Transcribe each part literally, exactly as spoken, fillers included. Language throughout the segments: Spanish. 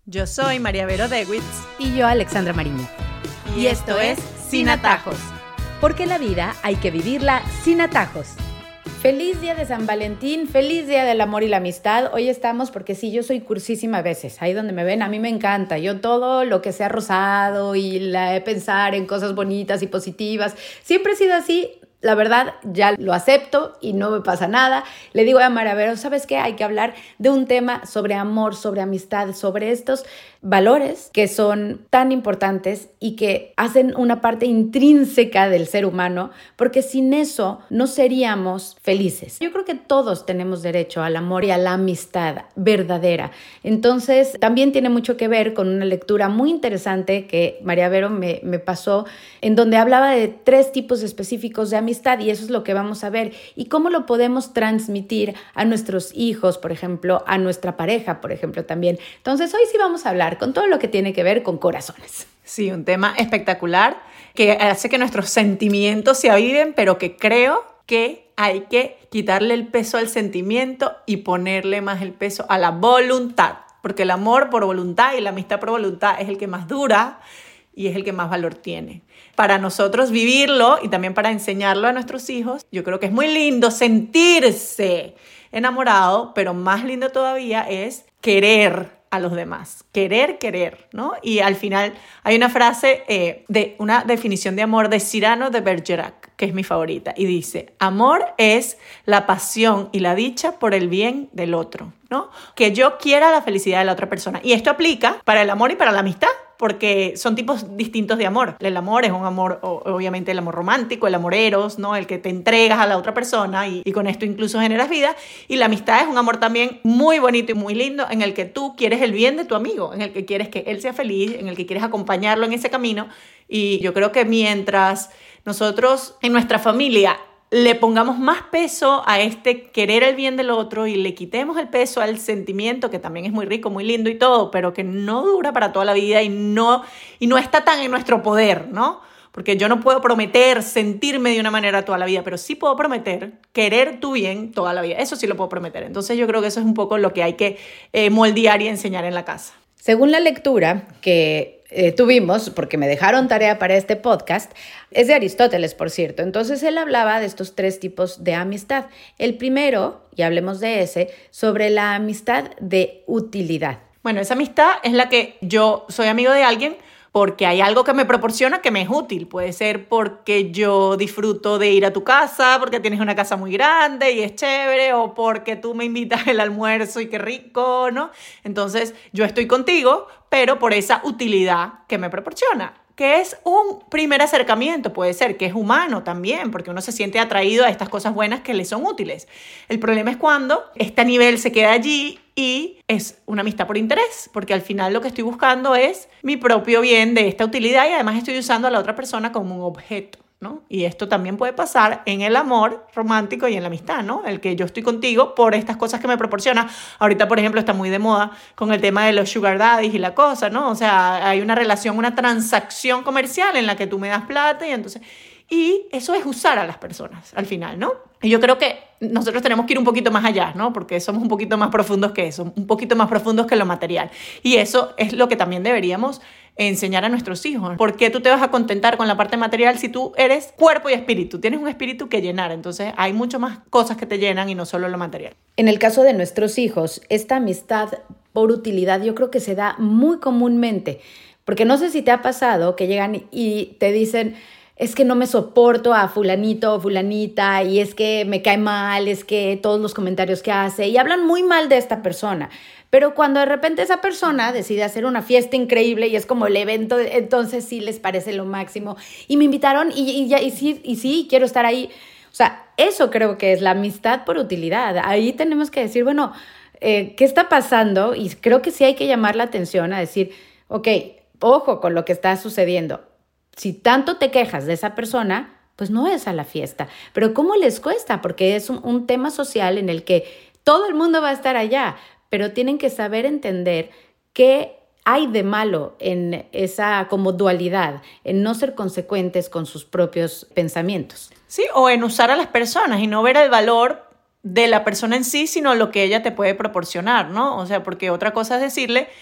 Yo soy María Vero Dewitz. Y yo, Alexandra Mariño. Y esto es Sin Atajos. Porque la vida hay que vivirla sin atajos. Feliz día de San Valentín, feliz día del amor y la amistad. Hoy estamos porque sí, yo soy cursísima a veces. Ahí donde me ven, a mí me encanta. Yo todo lo que sea rosado y la de pensar en cosas bonitas y positivas. Siempre he sido así. La verdad, ya lo acepto y no me pasa nada. Le digo a María Vero, ¿sabes qué? Hay que hablar de un tema sobre amor, sobre amistad, sobre estos valores que son tan importantes y que hacen una parte intrínseca del ser humano, porque sin eso no seríamos felices. Yo creo que todos tenemos derecho al amor y a la amistad verdadera. Entonces, también tiene mucho que ver con una lectura muy interesante que María Vero me, me pasó, en donde hablaba de tres tipos específicos de amistad. Amistad, y eso es lo que vamos a ver y cómo lo podemos transmitir a nuestros hijos, por ejemplo, a nuestra pareja, por ejemplo, también. Entonces, hoy sí vamos a hablar con todo lo que tiene que ver con corazones. Sí, un tema espectacular que hace que nuestros sentimientos se aviven, pero que creo que hay que quitarle el peso al sentimiento y ponerle más el peso a la voluntad, porque el amor por voluntad y la amistad por voluntad es el que más dura y es el que más valor tiene. Para nosotros vivirlo y también para enseñarlo a nuestros hijos, yo creo que es muy lindo sentirse enamorado, pero más lindo todavía es querer a los demás, querer, querer, ¿no? Y al final hay una frase eh, de una definición de amor de Cyrano de Bergerac, que es mi favorita, y dice, amor es la pasión y la dicha por el bien del otro, ¿no? Que yo quiera la felicidad de la otra persona. Y esto aplica para el amor y para la amistad, porque son tipos distintos de amor. El amor es un amor, obviamente el amor romántico, el amor eros, ¿no? El que te entregas a la otra persona y, y con esto incluso generas vida. Y la amistad es un amor también muy bonito y muy lindo en el que tú quieres el bien de tu amigo, en el que quieres que él sea feliz, en el que quieres acompañarlo en ese camino. Y yo creo que mientras nosotros en nuestra familia le pongamos más peso a este querer el bien del otro y le quitemos el peso al sentimiento, que también es muy rico, muy lindo y todo, pero que no dura para toda la vida y no, y no está tan en nuestro poder, ¿no? Porque yo no puedo prometer sentirme de una manera toda la vida, pero sí puedo prometer querer tu bien toda la vida. Eso sí lo puedo prometer. Entonces yo creo que eso es un poco lo que hay que eh, moldear y enseñar en la casa. Según la lectura que Eh, tuvimos, porque me dejaron tarea para este podcast, es de Aristóteles, por cierto. Entonces él hablaba de estos tres tipos de amistad. El primero, y hablemos de ese, sobre la amistad de utilidad. Bueno, esa amistad es la que yo soy amigo de alguien porque hay algo que me proporciona que me es útil. Puede ser porque yo disfruto de ir a tu casa, porque tienes una casa muy grande y es chévere, o porque tú me invitas el almuerzo y qué rico, ¿no? Entonces, yo estoy contigo, pero por esa utilidad que me proporciona, que es un primer acercamiento, puede ser que es humano también, porque uno se siente atraído a estas cosas buenas que le son útiles. El problema es cuando este nivel se queda allí y es una amistad por interés, porque al final lo que estoy buscando es mi propio bien de esta utilidad y además estoy usando a la otra persona como un objeto, ¿no? Y esto también puede pasar en el amor romántico y en la amistad, ¿no? El que yo estoy contigo por estas cosas que me proporciona. Ahorita, por ejemplo, está muy de moda con el tema de los sugar daddies y la cosa, ¿no? O sea, hay una relación, una transacción comercial en la que tú me das plata y entonces... Y eso es usar a las personas al final, ¿no? Y yo creo que nosotros tenemos que ir un poquito más allá, ¿no? Porque somos un poquito más profundos que eso, un poquito más profundos que lo material. Y eso es lo que también deberíamos enseñar a nuestros hijos. ¿Por qué tú te vas a contentar con la parte material si tú eres cuerpo y espíritu? Tienes un espíritu que llenar, entonces hay mucho más cosas que te llenan y no solo lo material. En el caso de nuestros hijos, esta amistad por utilidad yo creo que se da muy comúnmente, porque no sé si te ha pasado que llegan y te dicen... es que no me soporto a fulanito o fulanita y es que me cae mal, es que todos los comentarios que hace y hablan muy mal de esta persona. Pero cuando de repente esa persona decide hacer una fiesta increíble y es como el evento, entonces sí les parece lo máximo. Y me invitaron y, y, ya, y, sí, y sí, quiero estar ahí. O sea, eso creo que es la amistad por utilidad. Ahí tenemos que decir, bueno, eh, ¿qué está pasando? Y creo que sí hay que llamar la atención a decir, ok, ojo con lo que está sucediendo. Si tanto te quejas de esa persona, pues no es a la fiesta. Pero ¿cómo les cuesta? Porque es un, un tema social en el que todo el mundo va a estar allá, pero tienen que saber entender qué hay de malo en esa como dualidad, en no ser consecuentes con sus propios pensamientos. Sí, o en usar a las personas y no ver el valor de la persona en sí, sino lo que ella te puede proporcionar, ¿no? O sea, porque otra cosa es decirle...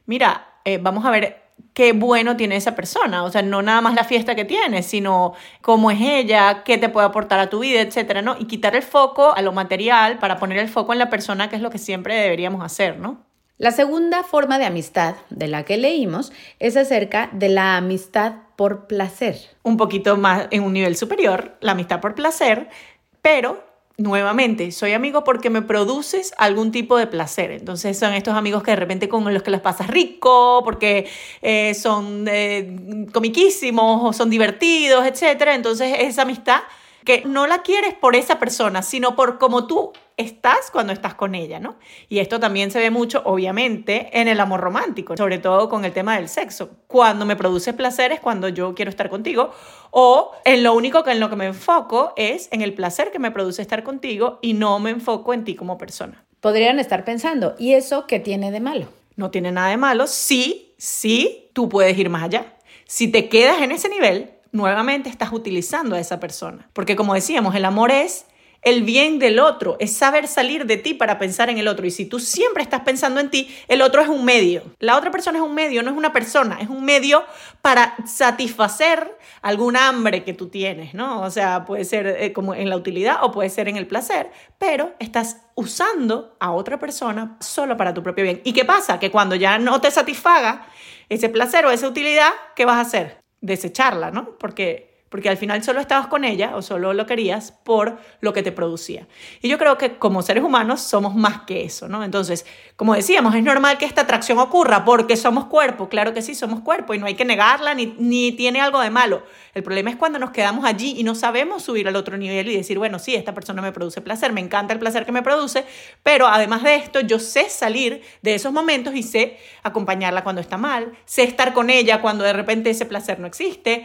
mira, eh, vamos a ver qué bueno tiene esa persona, o sea, no nada más la fiesta que tiene, sino cómo es ella, qué te puede aportar a tu vida, etcétera, ¿no? Y quitar el foco a lo material para poner el foco en la persona, que es lo que siempre deberíamos hacer, ¿no? La segunda forma de amistad de la que leímos es acerca de la amistad por placer. Un poquito más en un nivel superior, la amistad por placer, pero nuevamente, soy amigo porque me produces algún tipo de placer. Entonces son estos amigos que de repente con los que las pasas rico, porque eh, son eh, comiquísimos o son divertidos, etcétera. Entonces esa amistad que no la quieres por esa persona, sino por cómo tú estás cuando estás con ella, ¿no? Y esto también se ve mucho, obviamente, en el amor romántico, sobre todo con el tema del sexo. Cuando me produce placer es cuando yo quiero estar contigo, o en lo único que en lo que me enfoco es en el placer que me produce estar contigo y no me enfoco en ti como persona. Podrían estar pensando, ¿y eso qué tiene de malo? No tiene nada de malo, sí, sí, tú puedes ir más allá. Si te quedas en ese nivel, nuevamente estás utilizando a esa persona. Porque como decíamos, el amor es el bien del otro, es saber salir de ti para pensar en el otro. Y si tú siempre estás pensando en ti, el otro es un medio. La otra persona es un medio, no es una persona, es un medio para satisfacer algún hambre que tú tienes, ¿no? O sea, puede ser eh, como en la utilidad o puede ser en el placer, pero estás usando a otra persona solo para tu propio bien. ¿Y qué pasa? Que cuando ya no te satisfaga ese placer o esa utilidad, ¿qué vas a hacer? Desecharla, ¿no? Porque... Porque al final solo estabas con ella o solo lo querías por lo que te producía. Y yo creo que como seres humanos somos más que eso, ¿no? Entonces, como decíamos, es normal que esta atracción ocurra porque somos cuerpo. Claro que sí, somos cuerpo y no hay que negarla ni, ni tiene algo de malo. El problema es cuando nos quedamos allí y no sabemos subir al otro nivel y decir, bueno, sí, esta persona me produce placer, me encanta el placer que me produce, pero además de esto, yo sé salir de esos momentos y sé acompañarla cuando está mal, sé estar con ella cuando de repente ese placer no existe,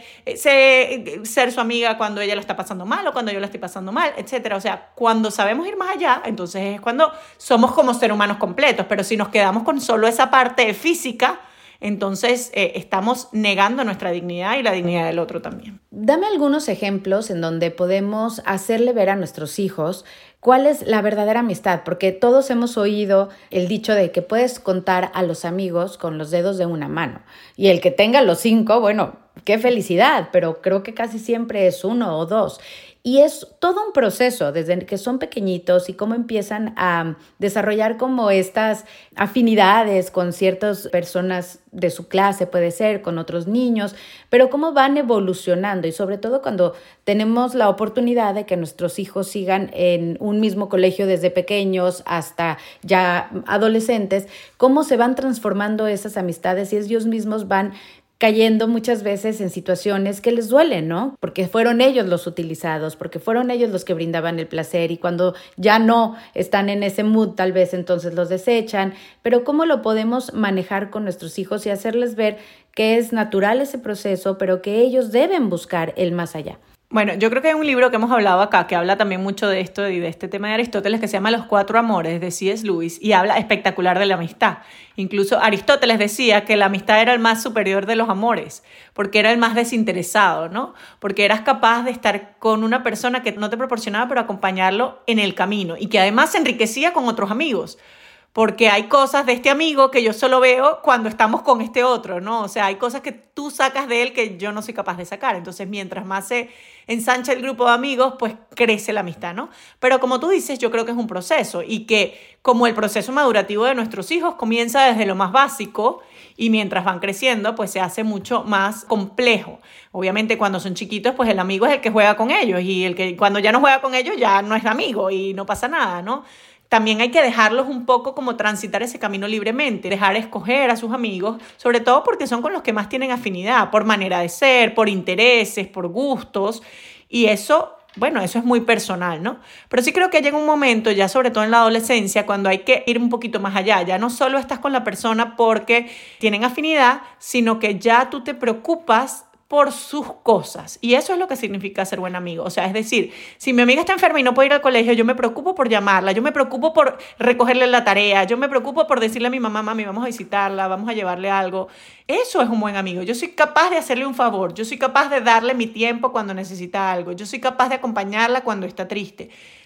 sé ser su amiga cuando ella lo está pasando mal o cuando yo la estoy pasando mal, etcétera. O sea, cuando sabemos ir más allá, entonces es cuando somos como seres humanos completos, pero si nos quedamos con solo esa parte física, entonces eh, estamos negando nuestra dignidad y la dignidad del otro también. Dame algunos ejemplos en donde podemos hacerle ver a nuestros hijos cuál es la verdadera amistad, porque todos hemos oído el dicho de que puedes contar a los amigos con los dedos de una mano, y el que tenga los cinco, bueno, qué felicidad, pero creo que casi siempre es uno o dos. Y es todo un proceso desde que son pequeñitos y cómo empiezan a desarrollar como estas afinidades con ciertas personas de su clase, puede ser, con otros niños, pero cómo van evolucionando y sobre todo cuando tenemos la oportunidad de que nuestros hijos sigan en un mismo colegio desde pequeños hasta ya adolescentes, cómo se van transformando esas amistades y ellos mismos van cayendo muchas veces en situaciones que les duelen, ¿no? Porque fueron ellos los utilizados, porque fueron ellos los que brindaban el placer y cuando ya no están en ese mood, tal vez entonces los desechan. Pero ¿cómo lo podemos manejar con nuestros hijos y hacerles ver que es natural ese proceso, pero que ellos deben buscar el más allá? Bueno, yo creo que hay un libro que hemos hablado acá que habla también mucho de esto y de este tema de Aristóteles que se llama Los Cuatro Amores de C S Lewis y habla espectacular de la amistad. Incluso Aristóteles decía que la amistad era el más superior de los amores porque era el más desinteresado, ¿no? Porque eras capaz de estar con una persona que no te proporcionaba pero acompañarlo en el camino y que además se enriquecía con otros amigos. Porque hay cosas de este amigo que yo solo veo cuando estamos con este otro, ¿no? O sea, hay cosas que tú sacas de él que yo no soy capaz de sacar. Entonces, mientras más se ensancha el grupo de amigos, pues crece la amistad, ¿no? Pero como tú dices, yo creo que es un proceso y que como el proceso madurativo de nuestros hijos comienza desde lo más básico y mientras van creciendo, pues se hace mucho más complejo. Obviamente, cuando son chiquitos, pues el amigo es el que juega con ellos y el que cuando ya no juega con ellos ya no es amigo y no pasa nada, ¿no? También hay que dejarlos un poco como transitar ese camino libremente, dejar escoger a sus amigos, sobre todo porque son con los que más tienen afinidad, por manera de ser, por intereses, por gustos, y eso, bueno, eso es muy personal, ¿no? Pero sí creo que llega un momento, ya sobre todo en la adolescencia, cuando hay que ir un poquito más allá. Ya no solo estás con la persona porque tienen afinidad, sino que ya tú te preocupas por sus cosas. Y eso es lo que significa ser buen amigo. O sea, es decir, si mi amiga está enferma y no puede ir al colegio, yo me preocupo por llamarla, yo me preocupo por recogerle la tarea, yo me preocupo por decirle a mi mamá, mami, vamos a visitarla, vamos a llevarle algo. Eso es un buen amigo. Yo soy capaz de hacerle un favor, yo soy capaz de darle mi tiempo cuando necesita algo, yo soy capaz de acompañarla cuando está triste.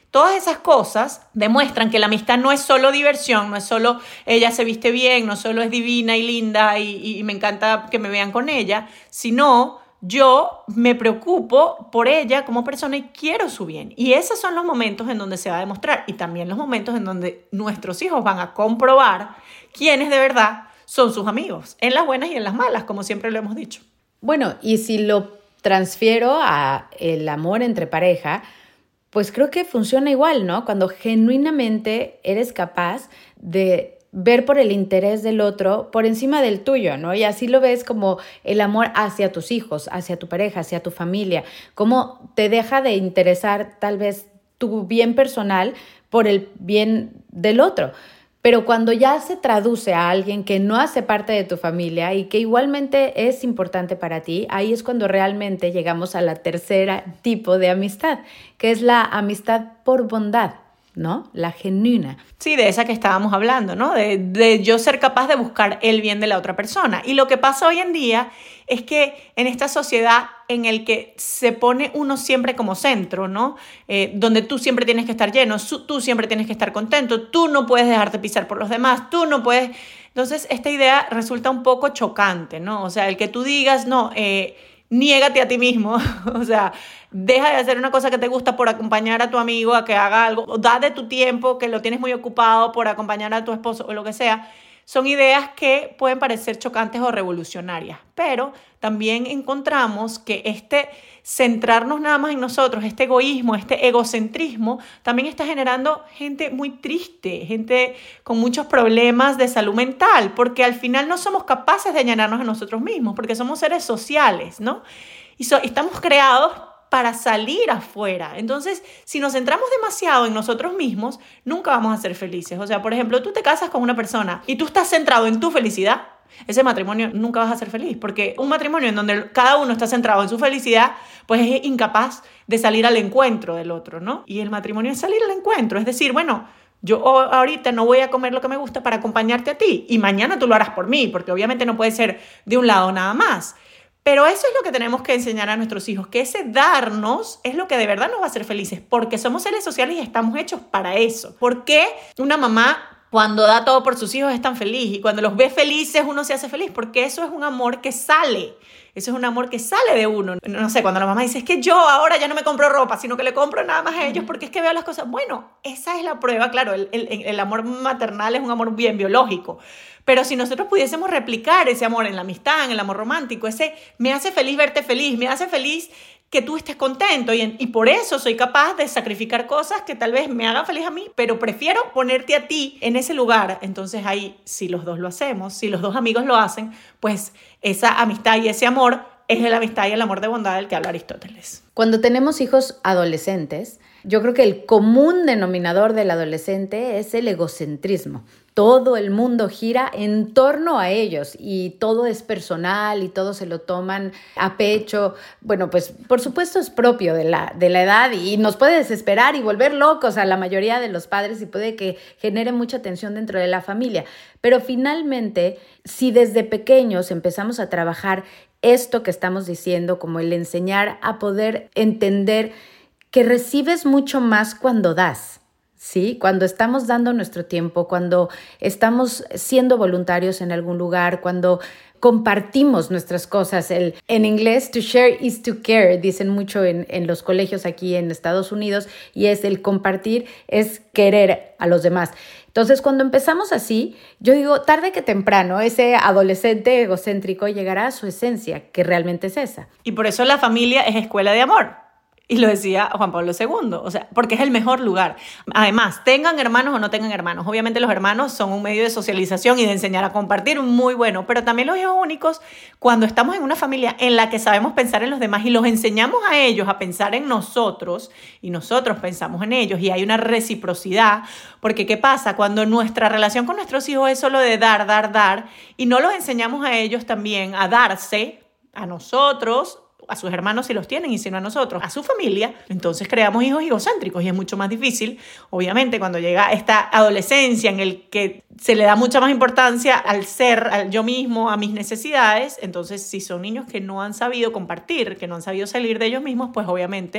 Todas esas cosas demuestran que la amistad no es solo diversión, no es solo ella se viste bien, no solo es divina y linda y, y me encanta que me vean con ella, sino yo me preocupo por ella como persona y quiero su bien. Y esos son los momentos en donde se va a demostrar y también los momentos en donde nuestros hijos van a comprobar quiénes de verdad son sus amigos, en las buenas y en las malas, como siempre lo hemos dicho. Bueno, y si lo transfiero a el amor entre pareja, pues creo que funciona igual, ¿no? Cuando genuinamente eres capaz de ver por el interés del otro por encima del tuyo, ¿no? Y así lo ves como el amor hacia tus hijos, hacia tu pareja, hacia tu familia, cómo te deja de interesar tal vez tu bien personal por el bien del otro. Pero cuando ya se traduce a alguien que no hace parte de tu familia y que igualmente es importante para ti, ahí es cuando realmente llegamos a la tercera tipo de amistad, que es la amistad por bondad, ¿no? La genuina. Sí, de esa que estábamos hablando, ¿no? De, de yo ser capaz de buscar el bien de la otra persona. Y lo que pasa hoy en día es que en esta sociedad en el que se pone uno siempre como centro, ¿no? Eh, donde tú siempre tienes que estar lleno, su, tú siempre tienes que estar contento, tú no puedes dejarte pisar por los demás, tú no puedes... Entonces, esta idea resulta un poco chocante, ¿no? O sea, el que tú digas, no, eh, niégate a ti mismo, o sea, deja de hacer una cosa que te gusta por acompañar a tu amigo a que haga algo, o da de tu tiempo que lo tienes muy ocupado por acompañar a tu esposo o lo que sea. Son ideas que pueden parecer chocantes o revolucionarias, pero también encontramos que este centrarnos nada más en nosotros, este egoísmo, este egocentrismo, también está generando gente muy triste, gente con muchos problemas de salud mental, porque al final no somos capaces de llenarnos a nosotros mismos, porque somos seres sociales, ¿no? Y so, estamos creados para salir afuera. Entonces, si nos centramos demasiado en nosotros mismos, nunca vamos a ser felices. O sea, por ejemplo, tú te casas con una persona y tú estás centrado en tu felicidad, ese matrimonio nunca vas a ser feliz, porque un matrimonio en donde cada uno está centrado en su felicidad, pues es incapaz de salir al encuentro del otro, ¿no? Y el matrimonio es salir al encuentro, es decir, bueno, yo ahorita no voy a comer lo que me gusta para acompañarte a ti y mañana tú lo harás por mí, porque obviamente no puede ser de un lado nada más. Pero eso es lo que tenemos que enseñar a nuestros hijos, que ese darnos es lo que de verdad nos va a hacer felices, porque somos seres sociales y estamos hechos para eso. ¿Por qué una mamá cuando da todo por sus hijos es tan feliz y cuando los ve felices uno se hace feliz? Porque eso es un amor que sale, eso es un amor que sale de uno. No sé, cuando la mamá dice, es que yo ahora ya no me compro ropa, sino que le compro nada más a ellos porque es que veo las cosas. Bueno, esa es la prueba, claro, el, el, el amor maternal es un amor bien biológico. Pero si nosotros pudiésemos replicar ese amor en la amistad, en el amor romántico, ese me hace feliz verte feliz, me hace feliz que tú estés contento y, y por eso soy capaz de sacrificar cosas que tal vez me hagan feliz a mí, pero prefiero ponerte a ti en ese lugar. Entonces ahí, si los dos lo hacemos, si los dos amigos lo hacen, pues esa amistad y ese amor es la amistad y el amor de bondad del que habla Aristóteles. Cuando tenemos hijos adolescentes, yo creo que el común denominador del adolescente es el egocentrismo. Todo el mundo gira en torno a ellos y todo es personal y todo se lo toman a pecho. Bueno, pues por supuesto es propio de la, de la edad y nos puede desesperar y volver locos a la mayoría de los padres y puede que genere mucha tensión dentro de la familia. Pero finalmente, si desde pequeños empezamos a trabajar esto que estamos diciendo, como el enseñar a poder entender que recibes mucho más cuando das, ¿sí? Cuando estamos dando nuestro tiempo, cuando estamos siendo voluntarios en algún lugar, cuando compartimos nuestras cosas. El, en inglés, to share is to care, dicen mucho en, en los colegios aquí en Estados Unidos, y es el compartir, es querer a los demás. Entonces, cuando empezamos así, yo digo, tarde que temprano, ese adolescente egocéntrico llegará a su esencia, que realmente es esa. Y por eso la familia es escuela de amor. Y lo decía Juan Pablo segundo, o sea, porque es el mejor lugar. Además, tengan hermanos o no tengan hermanos. Obviamente los hermanos son un medio de socialización y de enseñar a compartir muy bueno, pero también los hijos únicos, cuando estamos en una familia en la que sabemos pensar en los demás y los enseñamos a ellos a pensar en nosotros y nosotros pensamos en ellos y hay una reciprocidad, porque ¿qué pasa? Cuando nuestra relación con nuestros hijos es solo de dar, dar, dar y no los enseñamos a ellos también a darse a nosotros, a sus hermanos si los tienen y si no a nosotros, a su familia, entonces creamos hijos egocéntricos y es mucho más difícil, obviamente, cuando llega esta adolescencia en el que se le da mucha más importancia al ser, al yo mismo, a mis necesidades. Entonces si son niños que no han sabido compartir, que no han sabido salir de ellos mismos, pues obviamente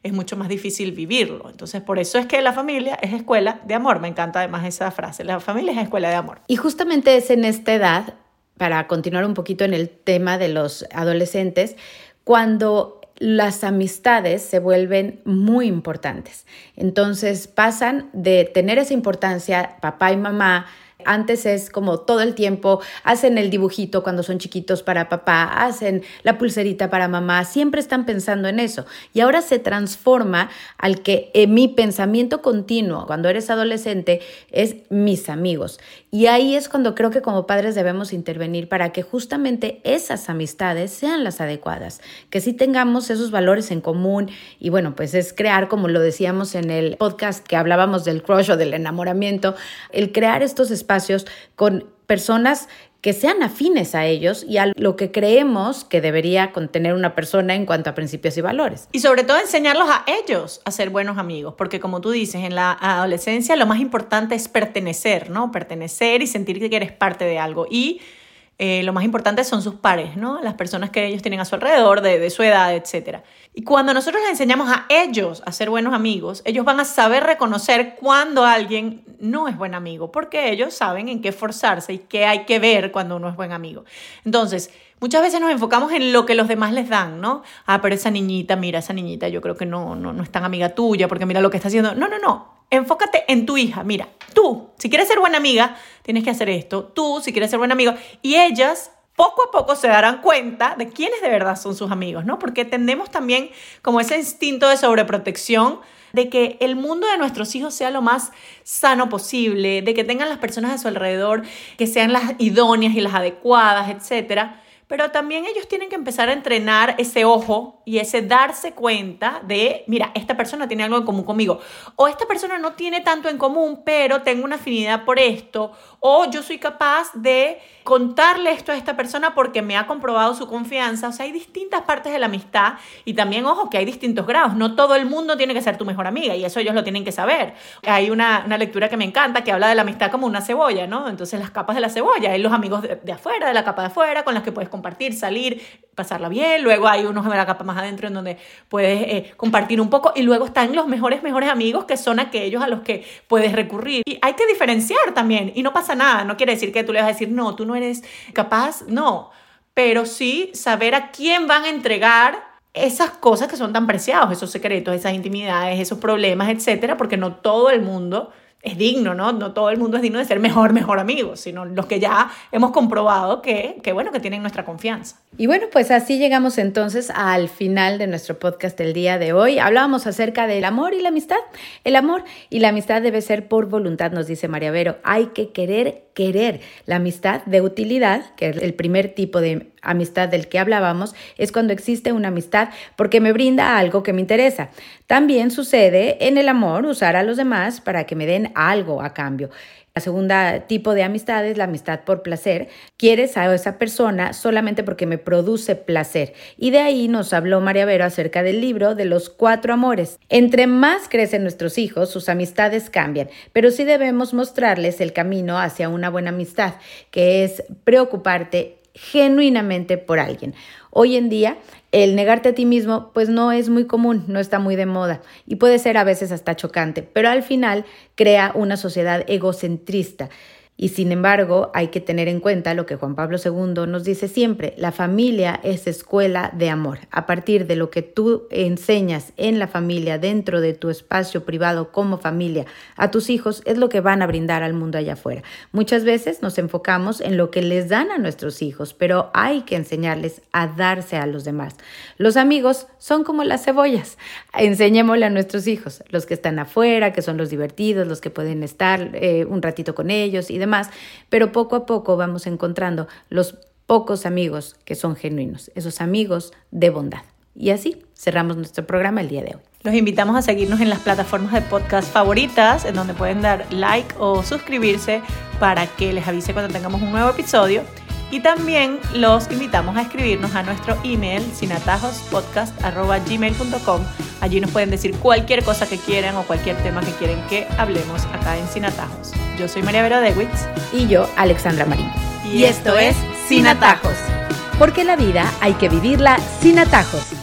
es mucho más difícil vivirlo. Entonces, por eso es que la familia es escuela de amor. Me encanta además esa frase, la familia es escuela de amor. Y justamente es en esta edad, para continuar un poquito en el tema de los adolescentes, cuando las amistades se vuelven muy importantes. Entonces pasan de tener esa importancia, papá y mamá. Antes es como todo el tiempo, hacen el dibujito cuando son chiquitos para papá, hacen la pulserita para mamá, siempre están pensando en eso. Y ahora se transforma al que eh, mi pensamiento continuo cuando eres adolescente es mis amigos. Y ahí es cuando creo que como padres debemos intervenir para que justamente esas amistades sean las adecuadas, que sí tengamos esos valores en común. Y bueno, pues es crear, como lo decíamos en el podcast que hablábamos del crush o del enamoramiento, el crear estos espacios con personas que sean afines a ellos y a lo que creemos que debería contener una persona en cuanto a principios y valores. Y sobre todo enseñarlos a ellos a ser buenos amigos, porque como tú dices, en la adolescencia lo más importante es pertenecer, ¿no? Pertenecer y sentir que eres parte de algo. Y eh, lo más importante son sus pares, ¿no? Las personas que ellos tienen a su alrededor, de, de su edad, etcétera. Y cuando nosotros les enseñamos a ellos a ser buenos amigos, ellos van a saber reconocer cuando alguien no es buen amigo, porque ellos saben en qué esforzarse y qué hay que ver cuando uno es buen amigo. Entonces, muchas veces nos enfocamos en lo que los demás les dan, ¿no? Ah, pero esa niñita, mira, esa niñita yo creo que no, no, no es tan amiga tuya porque mira lo que está haciendo. No, no, no. Enfócate en tu hija. Mira, tú, si quieres ser buena amiga, tienes que hacer esto. Tú, si quieres ser buena amiga. Y ellas poco a poco se darán cuenta de quiénes de verdad son sus amigos, ¿no? Porque tendemos también como ese instinto de sobreprotección de que el mundo de nuestros hijos sea lo más sano posible, de que tengan las personas a su alrededor que sean las idóneas y las adecuadas, etcétera. Pero también ellos tienen que empezar a entrenar ese ojo y ese darse cuenta de, mira, esta persona tiene algo en común conmigo. O esta persona no tiene tanto en común, pero tengo una afinidad por esto. O yo soy capaz de contarle esto a esta persona porque me ha comprobado su confianza. O sea, hay distintas partes de la amistad y también, ojo, que hay distintos grados. No todo el mundo tiene que ser tu mejor amiga y eso ellos lo tienen que saber. Hay una, una lectura que me encanta que habla de la amistad como una cebolla, ¿no? Entonces, las capas de la cebolla. Hay los amigos de, de afuera, de la capa de afuera, con las que puedes compartir, salir, pasarla bien. Luego hay unos de la capa más adentro en donde puedes eh, compartir un poco. Y luego están los mejores, mejores amigos, que son aquellos a los que puedes recurrir. Y hay que diferenciar también. Y no pasa nada. No quiere decir que tú le vas a decir, no, tú no eres capaz. No. Pero sí saber a quién van a entregar esas cosas que son tan preciados, esos secretos, esas intimidades, esos problemas, etcétera. Porque no todo el mundo es digno, ¿no? No todo el mundo es digno de ser mejor, mejor amigo, sino los que ya hemos comprobado que, que, bueno, que tienen nuestra confianza. Y bueno, pues así llegamos entonces al final de nuestro podcast el día de hoy. Hablábamos acerca del amor y la amistad. El amor y la amistad debe ser por voluntad, nos dice María Vero. Hay que querer, querer. La amistad de utilidad, que es el primer tipo de amistad del que hablábamos, es cuando existe una amistad porque me brinda algo que me interesa. También sucede en el amor usar a los demás para que me den algo a cambio. La segunda tipo de amistad es la amistad por placer. Quieres a esa persona solamente porque me produce placer. Y de ahí nos habló María Vero acerca del libro de los cuatro amores. Entre más crecen nuestros hijos, sus amistades cambian, pero sí debemos mostrarles el camino hacia una buena amistad, que es preocuparte genuinamente por alguien. Hoy en día, el negarte a ti mismo pues no es muy común, no está muy de moda y puede ser a veces hasta chocante, pero al final crea una sociedad egocentrista. Y sin embargo, hay que tener en cuenta lo que Juan Pablo segundo nos dice siempre: la familia es escuela de amor. A partir de lo que tú enseñas en la familia, dentro de tu espacio privado como familia, a tus hijos, es lo que van a brindar al mundo allá afuera. Muchas veces nos enfocamos en lo que les dan a nuestros hijos, pero hay que enseñarles a darse a los demás. Los amigos son como las cebollas. Enseñémosle a nuestros hijos, los que están afuera, que son los divertidos, los que pueden estar eh, un ratito con ellos y demás, pero poco a poco vamos encontrando los pocos amigos que son genuinos, esos amigos de bondad. Y así cerramos nuestro programa el día de hoy. Los invitamos a seguirnos en las plataformas de podcast favoritas, en donde pueden dar like o suscribirse para que les avise cuando tengamos un nuevo episodio. Y también los invitamos a escribirnos a nuestro email sinatajospodcast arroba gmail punto com. Allí nos pueden decir cualquier cosa que quieran o cualquier tema que quieren que hablemos acá en Sin Atajos. Yo soy María Vero Dewitz. Y yo, Alexandra Marín. Y, y esto es Sin Atajos. Porque la vida hay que vivirla sin atajos.